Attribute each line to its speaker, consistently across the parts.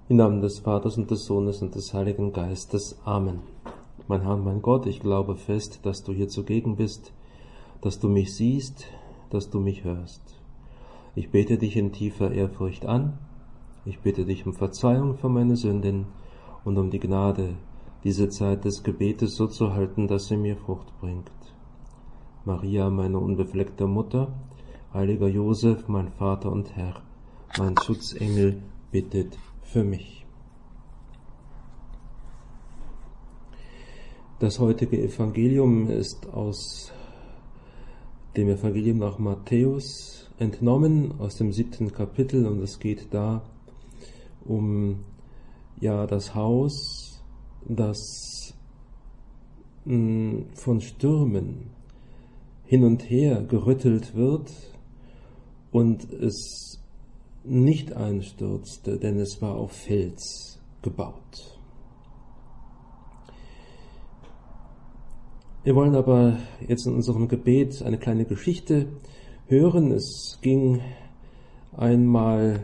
Speaker 1: Im Namen des Vaters und des Sohnes und des Heiligen Geistes. Amen. Mein Herr und mein Gott, ich glaube fest, dass du hier zugegen bist, dass du mich siehst, dass du mich hörst. Ich bete dich in tiefer Ehrfurcht an. Ich bitte dich um Verzeihung für meine Sünden und um die Gnade, diese Zeit des Gebetes so zu halten, dass sie mir Frucht bringt. Maria, meine unbefleckte Mutter, heiliger Josef, mein Vater und Herr, mein Schutzengel, bittet für mich. Das heutige Evangelium ist aus dem Evangelium nach Matthäus entnommen, aus dem 7. Kapitel, und es geht da um das Haus, das von Stürmen hin und her gerüttelt wird und es nicht einstürzte, denn es war auf Fels gebaut. Wir wollen aber jetzt in unserem Gebet eine kleine Geschichte hören. Es ging einmal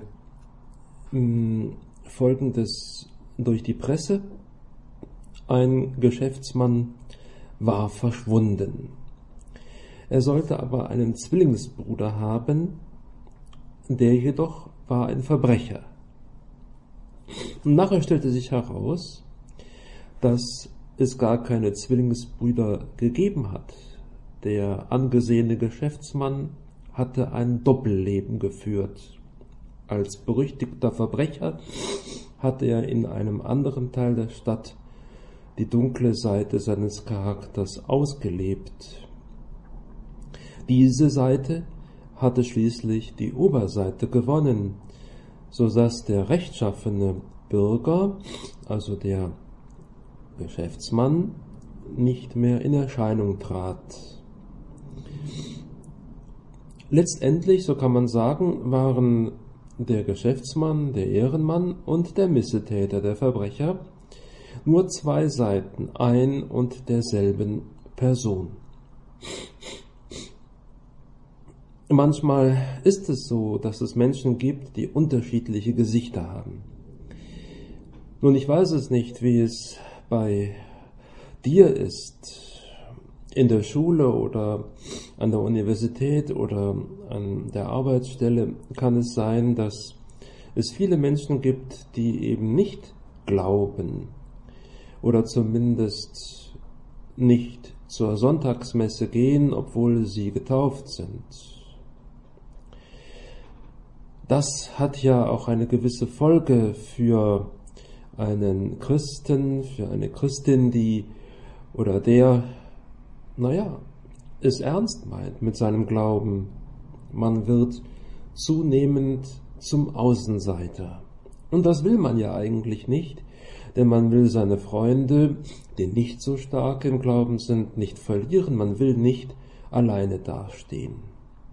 Speaker 1: Folgendes durch die Presse. Ein Geschäftsmann war verschwunden. Er sollte aber einen Zwillingsbruder haben, der jedoch war ein Verbrecher. Und nachher stellte sich heraus, dass es gar keine Zwillingsbrüder gegeben hat. Der angesehene Geschäftsmann hatte ein Doppelleben geführt. Als berüchtigter Verbrecher hatte er in einem anderen Teil der Stadt die dunkle Seite seines Charakters ausgelebt. Diese Seite hatte schließlich die Oberseite gewonnen, so dass der rechtschaffene Bürger, also der Geschäftsmann, nicht mehr in Erscheinung trat. Letztendlich, so kann man sagen, waren der Geschäftsmann, der Ehrenmann und der Missetäter, der Verbrecher, nur zwei Seiten ein und derselben Person. Manchmal ist es so, dass es Menschen gibt, die unterschiedliche Gesichter haben. Nun, ich weiß es nicht, wie es bei dir ist, in der Schule oder an der Universität oder an der Arbeitsstelle kann es sein, dass es viele Menschen gibt, die eben nicht glauben oder zumindest nicht zur Sonntagsmesse gehen, obwohl sie getauft sind. Das hat ja auch eine gewisse Folge für einen Christen, für eine Christin, die oder der, es ernst meint mit seinem Glauben. Man wird zunehmend zum Außenseiter. Und das will man ja eigentlich nicht, denn man will seine Freunde, die nicht so stark im Glauben sind, nicht verlieren. Man will nicht alleine dastehen.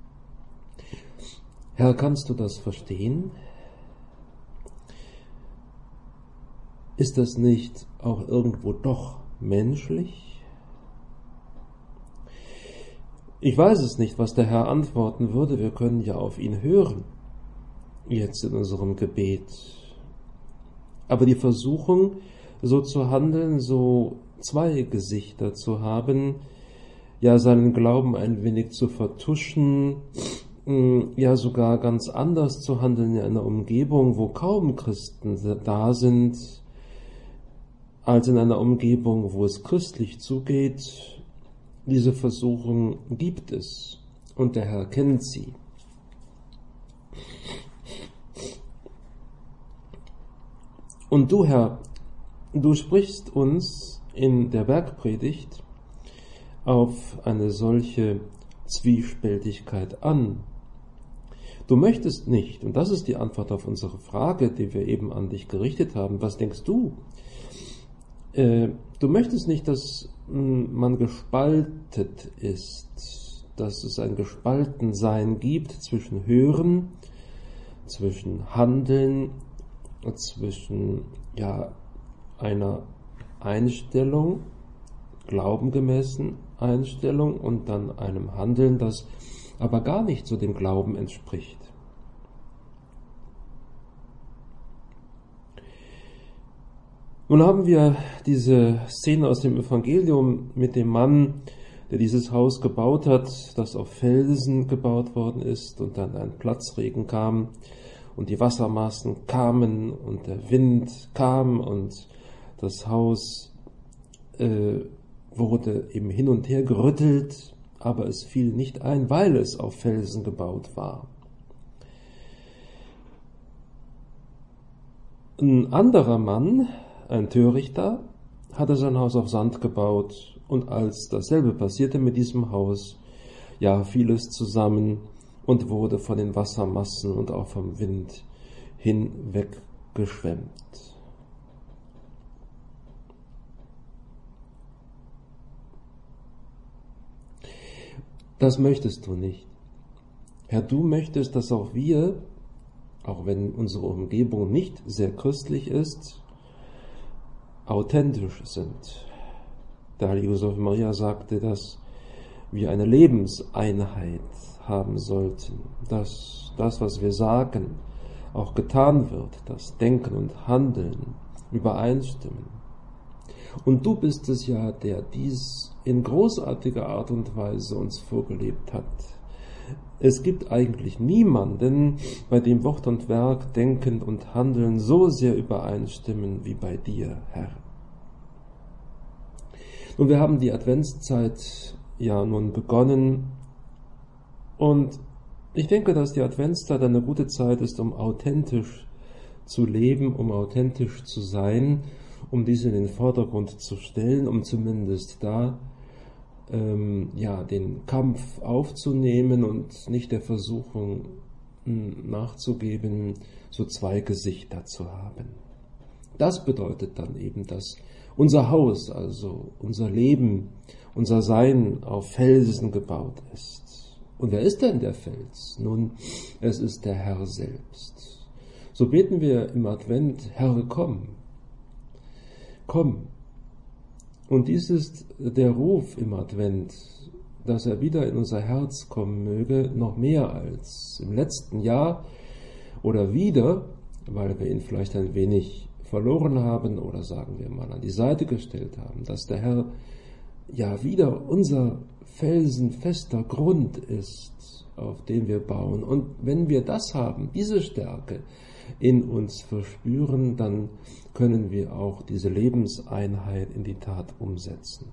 Speaker 1: Herr, kannst du das verstehen? Ist das nicht auch irgendwo doch menschlich? Ich weiß es nicht, was der Herr antworten würde. Wir können ja auf ihn hören, jetzt in unserem Gebet. Aber die Versuchung, so zu handeln, so zwei Gesichter zu haben, ja seinen Glauben ein wenig zu vertuschen, ja sogar ganz anders zu handeln in einer Umgebung, wo kaum Christen da sind, als in einer Umgebung, wo es christlich zugeht. Diese Versuchung gibt es und der Herr kennt sie. Und du, Herr, du sprichst uns in der Bergpredigt auf eine solche Zwiespältigkeit an. Du möchtest nicht, und das ist die Antwort auf unsere Frage, die wir eben an dich gerichtet haben, was denkst du? Du möchtest nicht, dass man gespaltet ist, dass es ein Gespaltensein gibt zwischen Hören, zwischen Handeln, zwischen einer Einstellung, glaubengemäßen Einstellung und dann einem Handeln, das aber gar nicht so dem Glauben entspricht. Nun haben wir diese Szene aus dem Evangelium mit dem Mann, der dieses Haus gebaut hat, das auf Felsen gebaut worden ist und dann ein Platzregen kam und die Wassermassen kamen und der Wind kam und das Haus wurde eben hin und her gerüttelt, aber es fiel nicht ein, weil es auf Felsen gebaut war. Ein anderer Mann, ein Törichter, hatte sein Haus auf Sand gebaut, und als dasselbe passierte mit diesem Haus, ja, fiel es zusammen und wurde von den Wassermassen und auch vom Wind hinweggeschwemmt. Das möchtest du nicht. Herr, du möchtest, dass auch wir, auch wenn unsere Umgebung nicht sehr christlich ist, authentisch sind. Der heilige Josef Maria sagte, dass wir eine Lebenseinheit haben sollten, dass das, was wir sagen, auch getan wird, dass Denken und Handeln übereinstimmen. Und du bist es ja, der dies in großartiger Art und Weise uns vorgelebt hat. Es gibt eigentlich niemanden, bei dem Wort und Werk, Denken und Handeln so sehr übereinstimmen wie bei dir, Herr. Und wir haben die Adventszeit ja nun begonnen und ich denke, dass die Adventszeit eine gute Zeit ist, um authentisch zu leben, um authentisch zu sein, um dies in den Vordergrund zu stellen, um zumindest da den Kampf aufzunehmen und nicht der Versuchung nachzugeben, so zwei Gesichter zu haben. Das bedeutet dann eben, dass unser Haus, also unser Leben, unser Sein auf Felsen gebaut ist. Und wer ist denn der Fels? Nun, es ist der Herr selbst. So beten wir im Advent, Herr, komm. Komm. Und dies ist der Ruf im Advent, dass er wieder in unser Herz kommen möge, noch mehr als im letzten Jahr oder wieder, weil wir ihn vielleicht ein wenig verloren haben oder sagen wir mal an die Seite gestellt haben, dass der Herr ja wieder unser felsenfester Grund ist, auf dem wir bauen. Und wenn wir das haben, diese Stärke in uns verspüren, dann können wir auch diese Lebenseinheit in die Tat umsetzen.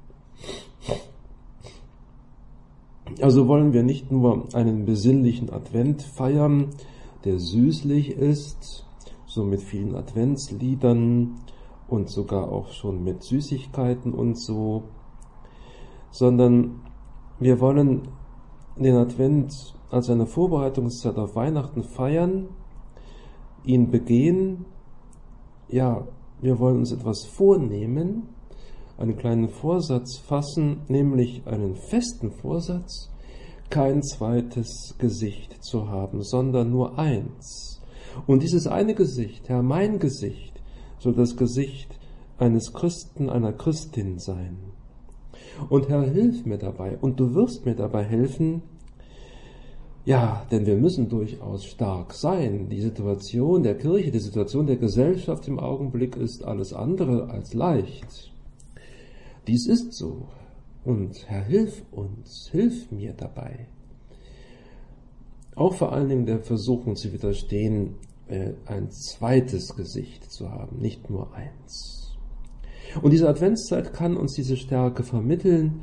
Speaker 1: Also wollen wir nicht nur einen besinnlichen Advent feiern, der süßlich ist, so mit vielen Adventsliedern und sogar auch schon mit Süßigkeiten und so, sondern wir wollen den Advent als eine Vorbereitungszeit auf Weihnachten feiern, ihn begehen. Ja, wir wollen uns etwas vornehmen, einen kleinen Vorsatz fassen, nämlich einen festen Vorsatz, kein zweites Gesicht zu haben, sondern nur eins. Und dieses eine Gesicht, Herr, mein Gesicht, soll das Gesicht eines Christen, einer Christin sein. Und Herr, hilf mir dabei, und du wirst mir dabei helfen, ja, denn wir müssen durchaus stark sein. Die Situation der Kirche, die Situation der Gesellschaft im Augenblick ist alles andere als leicht. Dies ist so. Und Herr, hilf uns, hilf mir dabei. Auch vor allen Dingen der Versuchung zu widerstehen, ein zweites Gesicht zu haben, nicht nur eins. Und diese Adventszeit kann uns diese Stärke vermitteln,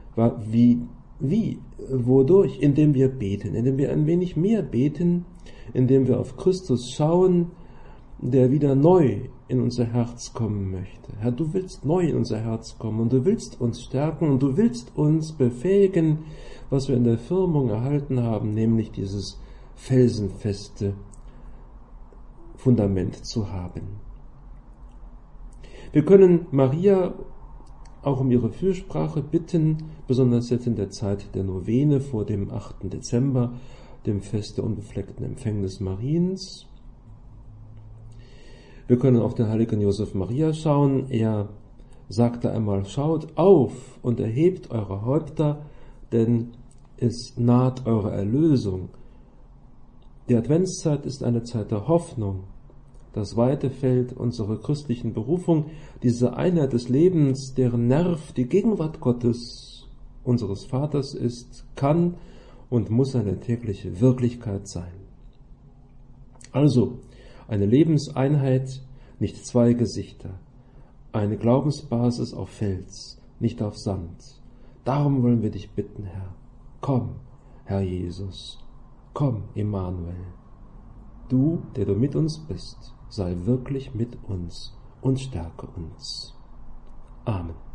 Speaker 1: wodurch? Indem wir beten, indem wir ein wenig mehr beten, indem wir auf Christus schauen, der wieder neu in unser Herz kommen möchte. Herr, du willst neu in unser Herz kommen und du willst uns stärken und du willst uns befähigen, was wir in der Firmung erhalten haben, nämlich dieses felsenfeste Fundament zu haben. Wir können Maria auch um ihre Fürsprache bitten, besonders jetzt in der Zeit der Novene vor dem 8. Dezember, dem Fest der unbefleckten Empfängnis Mariens. Wir können auf den heiligen Josef Maria schauen. Er sagte einmal, schaut auf und erhebt eure Häupter, denn es naht eure Erlösung. Die Adventszeit ist eine Zeit der Hoffnung, das weite Feld unserer christlichen Berufung, diese Einheit des Lebens, deren Nerv die Gegenwart Gottes, unseres Vaters ist, kann und muss eine tägliche Wirklichkeit sein. Also, eine Lebenseinheit, nicht zwei Gesichter, eine Glaubensbasis auf Fels, nicht auf Sand. Darum wollen wir dich bitten, Herr. Komm, Herr Jesus, komm, Immanuel. Du, der du mit uns bist, sei wirklich mit uns und stärke uns. Amen.